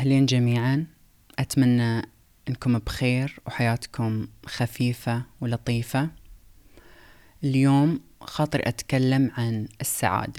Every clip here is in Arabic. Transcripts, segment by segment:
أهلين جميعا، أتمنى أنكم بخير وحياتكم خفيفة ولطيفة. اليوم خاطر أتكلم عن السعادة.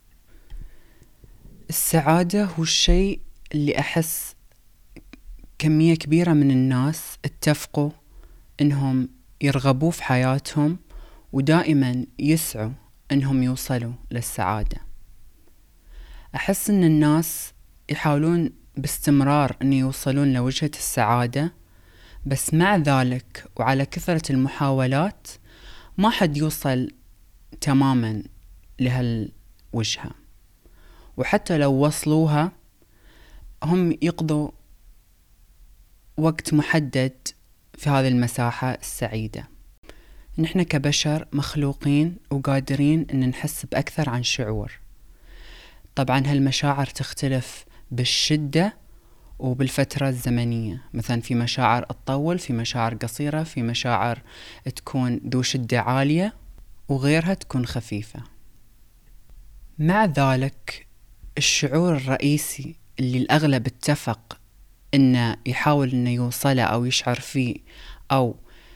السعادة هو الشيء اللي أحس كمية كبيرة من الناس اتفقوا أنهم يرغبوا في حياتهم ودائما يسعوا أنهم يوصلوا للسعادة. أحس أن الناس يحاولون باستمرار أن يوصلون لوجهة السعادة، بس مع ذلك وعلى كثرة المحاولات ما حد يوصل تماما لهالوجهة، وحتى لو وصلوها هم يقضوا وقت محدد في هذه المساحة السعيدة. نحن كبشر مخلوقين وقادرين أن نحس بأكثر عن شعور. طبعا هالمشاعر تختلف بالشدة وبالفترة الزمنية، مثلا في مشاعر تطول، في مشاعر قصيرة، في مشاعر تكون ذو شدة عالية وغيرها تكون خفيفة. مع ذلك الشعور الرئيسي اللي الأغلب اتفق إنه يحاول إنه يوصله أو يشعر فيه أو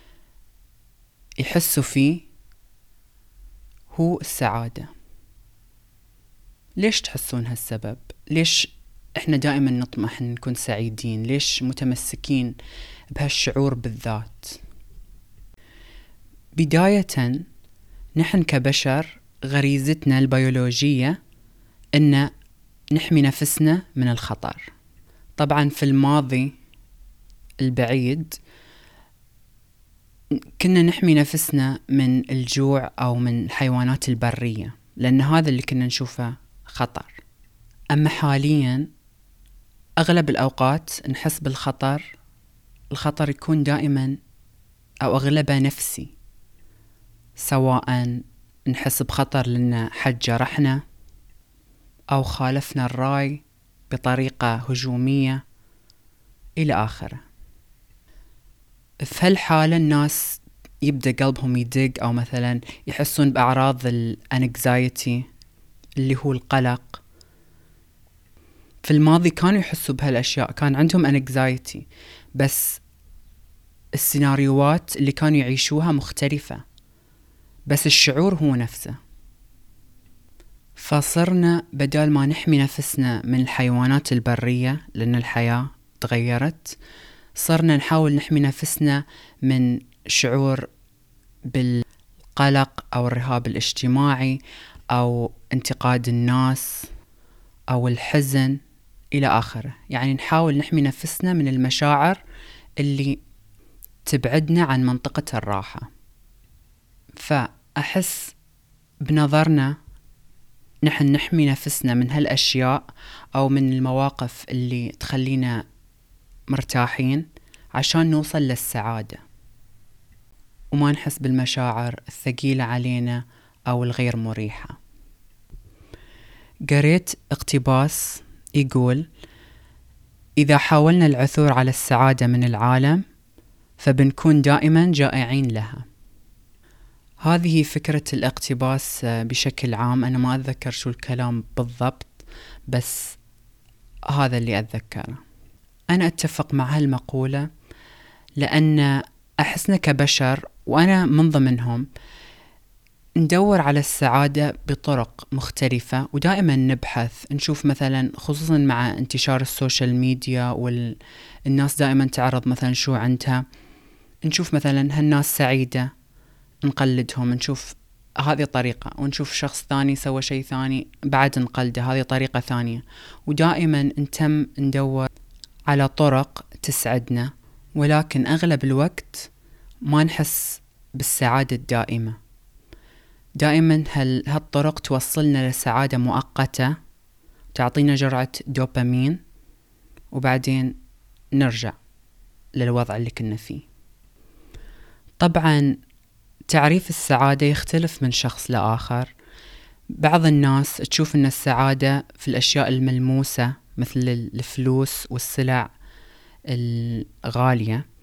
يحسوا فيه هو السعادة. ليش تحسون هالسبب؟ ليش إحنا دائما نطمح إن نكون سعيدين؟ ليش متمسكين بهالشعور بالذات؟ بداية نحن كبشر غريزتنا البيولوجية إن نحمي نفسنا من الخطر. طبعا في الماضي البعيد كنا نحمي نفسنا من الجوع أو من الحيوانات البرية، لأن هذا اللي كنا نشوفه خطر. أما حاليا أغلب الأوقات نحس بالخطر، الخطر يكون دائما أو أغلبه نفسي، سواء نحس بخطر لأن حد جرحنا أو خالفنا الرأي بطريقة هجومية إلى آخره. في هالحالة الناس يبدأ قلبهم يدق، أو مثلا يحسون بأعراض الانكزايتي اللي هو القلق. في الماضي كانوا يحسوا بهالأشياء، كان عندهم انكزايتي، بس السيناريوهات اللي كانوا يعيشوها مختلفة، بس الشعور هو نفسه. فصرنا بدل ما نحمي نفسنا من الحيوانات البرية لأن الحياة تغيرت، صرنا نحاول نحمي نفسنا من شعور بالقلق أو الرهاب الاجتماعي أو انتقاد الناس أو الحزن إلى آخره. يعني نحاول نحمي نفسنا من المشاعر اللي تبعدنا عن منطقة الراحة. فأحس بنظرنا نحن نحمي نفسنا من هالأشياء أو من المواقف اللي تخلينا مرتاحين عشان نوصل للسعادة وما نحس بالمشاعر الثقيلة علينا أو الغير مريحة. قريت اقتباس يقول: إذا حاولنا العثور على السعادة من العالم فبنكون دائما جائعين لها. هذه فكرة الاقتباس بشكل عام. أنا ما أتذكر شو الكلام بالضبط، بس هذا اللي أتذكره. أنا أتفق مع هالمقولة، لأن أحسنا كبشر وأنا من ضمنهم ندور على السعادة بطرق مختلفة، ودائما نبحث نشوف مثلا، خصوصا مع انتشار السوشيال ميديا والناس دائما تعرض مثلا شو عندها، نشوف مثلا هالناس سعيدة نقلدهم، نشوف هذه طريقة، ونشوف شخص ثاني سوى شيء ثاني بعد نقلده، هذه طريقة ثانية. ودائما نتم ندور على طرق تسعدنا، ولكن أغلب الوقت ما نحس بالسعادة الدائمة. دائما هالطرق توصلنا لسعادة مؤقتة، تعطينا جرعة دوبامين، وبعدين نرجع للوضع اللي كنا فيه. طبعا تعريف السعادة يختلف من شخص لآخر. بعض الناس تشوف أن السعادة في الأشياء الملموسة مثل الفلوس والسلع الغالية.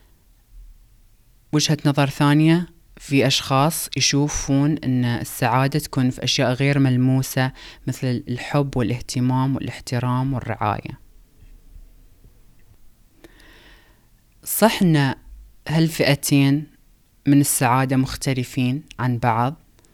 وجهة نظر ثانية، في أشخاص يشوفون أن السعادة تكون في أشياء غير ملموسة مثل الحب والاهتمام والاحترام والرعاية. صح إن هالفئتين من السعادة مختلفين عن بعض،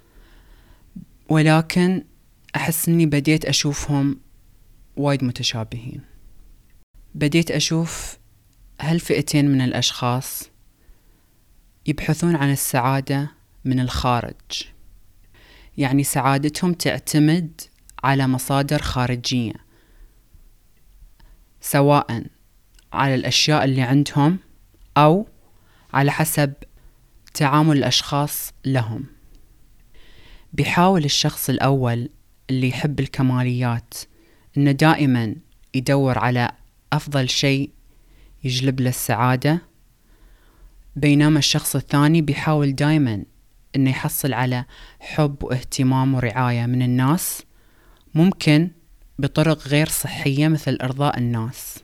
ولكن أحس أني بديت أشوفهم وايد متشابهين. بديت أشوف هالفئتين من الأشخاص يبحثون عن السعادة من الخارج، يعني سعادتهم تعتمد على مصادر خارجية، سواء على الأشياء اللي عندهم أو على حسب تعامل الأشخاص لهم. بيحاول الشخص الأول اللي يحب الكماليات إنه دائما يدور على أفضل شيء يجلب له السعادة، بينما الشخص الثاني بيحاول دائما إنه يحصل على حب واهتمام ورعاية من الناس، ممكن بطرق غير صحية مثل إرضاء الناس.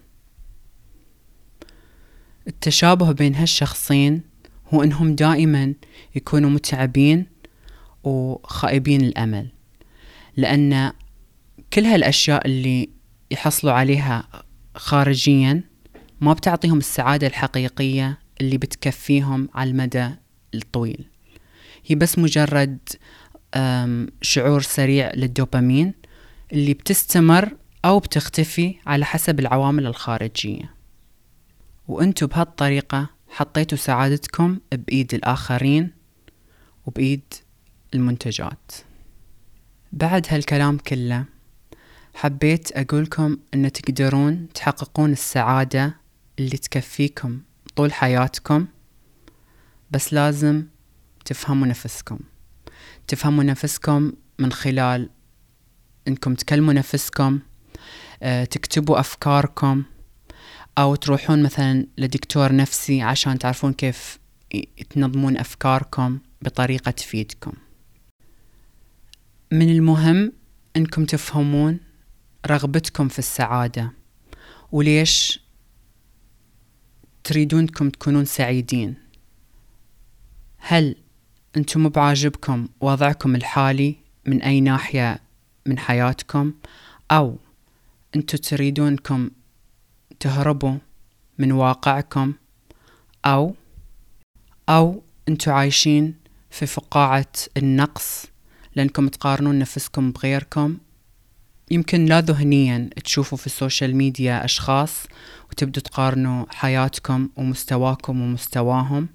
التشابه بين هالشخصين هو إنهم دائما يكونوا متعبين وخائبين الأمل، لأن كل هالأشياء اللي يحصلوا عليها خارجيا ما بتعطيهم السعادة الحقيقية اللي بتكفيهم على المدى الطويل. هي بس مجرد شعور سريع للدوبامين اللي بتستمر أو بتختفي على حسب العوامل الخارجية، وأنتوا بهالطريقة حطيتوا سعادتكم بإيد الآخرين وبإيد المنتجات. بعد هالكلام كله حبيت أقولكم أن تقدرون تحققون السعادة اللي تكفيكم طول حياتكم، بس لازم تفهموا نفسكم من خلال أنكم تكلموا نفسكم، تكتبوا أفكاركم، أو تروحون مثلا لدكتور نفسي عشان تعرفون كيف تنظمون أفكاركم بطريقة تفيدكم. من المهم أنكم تفهمون رغبتكم في السعادة وليش تريدونكم تكونون سعيدين. هل أنتم بعاجبكم وضعكم الحالي من أي ناحية من حياتكم، أو أنتم تريدونكم تهربوا من واقعكم، أو أنتم عايشين في فقاعة النقص لأنكم تقارنون نفسكم بغيركم؟ يمكن لا ذهنيا تشوفوا في السوشيال ميديا أشخاص وتبدو تقارنوا حياتكم ومستواكم ومستواهم.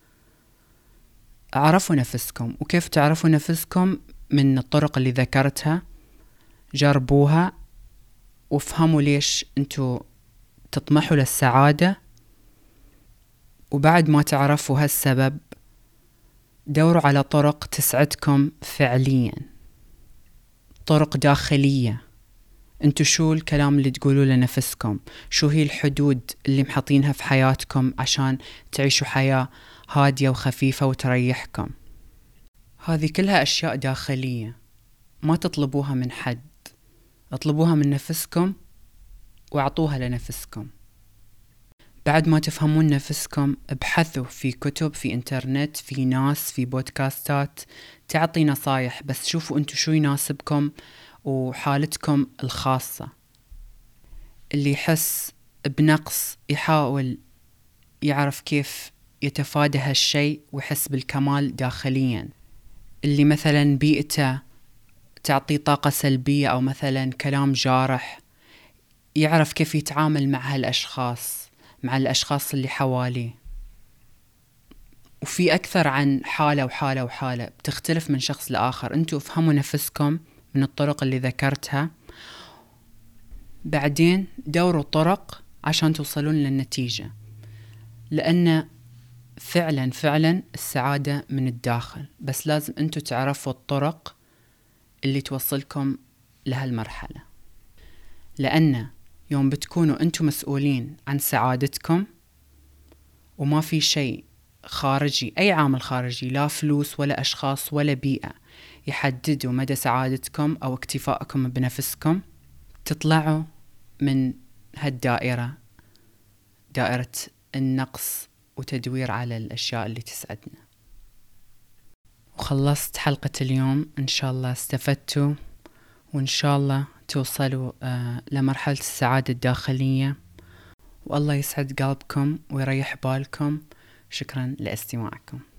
اعرفوا نفسكم، وكيف تعرفوا نفسكم؟ من الطرق اللي ذكرتها، جربوها وافهموا ليش انتوا تطمحوا للسعادة، وبعد ما تعرفوا هالسبب دوروا على طرق تسعدكم فعليا، طرق داخلية. انتوا شو الكلام اللي تقولوا لنفسكم؟ شو هي الحدود اللي محطينها في حياتكم عشان تعيشوا حياة هادية وخفيفة وتريحكم؟ هذه كلها أشياء داخلية، ما تطلبوها من حد، اطلبوها من نفسكم واعطوها لنفسكم. بعد ما تفهمون نفسكم ابحثوا في كتب، في انترنت، في ناس، في بودكاستات تعطي نصايح، بس شوفوا انتوا شو يناسبكم وحالتكم الخاصة. اللي يحس بنقص يحاول يعرف كيف يتفادى هالشيء ويحس بالكمال داخليا. اللي مثلا بيئته تعطي طاقة سلبية أو مثلا كلام جارح، يعرف كيف يتعامل مع هالأشخاص، مع الأشخاص اللي حواليه. وفي أكثر عن حالة وحالة بتختلف من شخص لآخر. أنتوا افهموا نفسكم من الطرق اللي ذكرتها، بعدين دوروا طرق عشان توصلون للنتيجة، لأن فعلا السعادة من الداخل، بس لازم أنتوا تعرفوا الطرق اللي توصلكم لهالمرحلة. لأن يوم بتكونوا أنتوا مسؤولين عن سعادتكم وما في شيء خارجي، أي عامل خارجي، لا فلوس ولا أشخاص ولا بيئة، يحددوا مدى سعادتكم أو اكتفائكم بنفسكم، تطلعوا من هالدائرة، دائرة النقص وتدوير على الأشياء اللي تسعدنا. وخلصت حلقة اليوم، إن شاء الله استفدتوا، وإن شاء الله توصلوا لمرحلة السعادة الداخلية، والله يسعد قلبكم ويريح بالكم. شكرا لاستماعكم.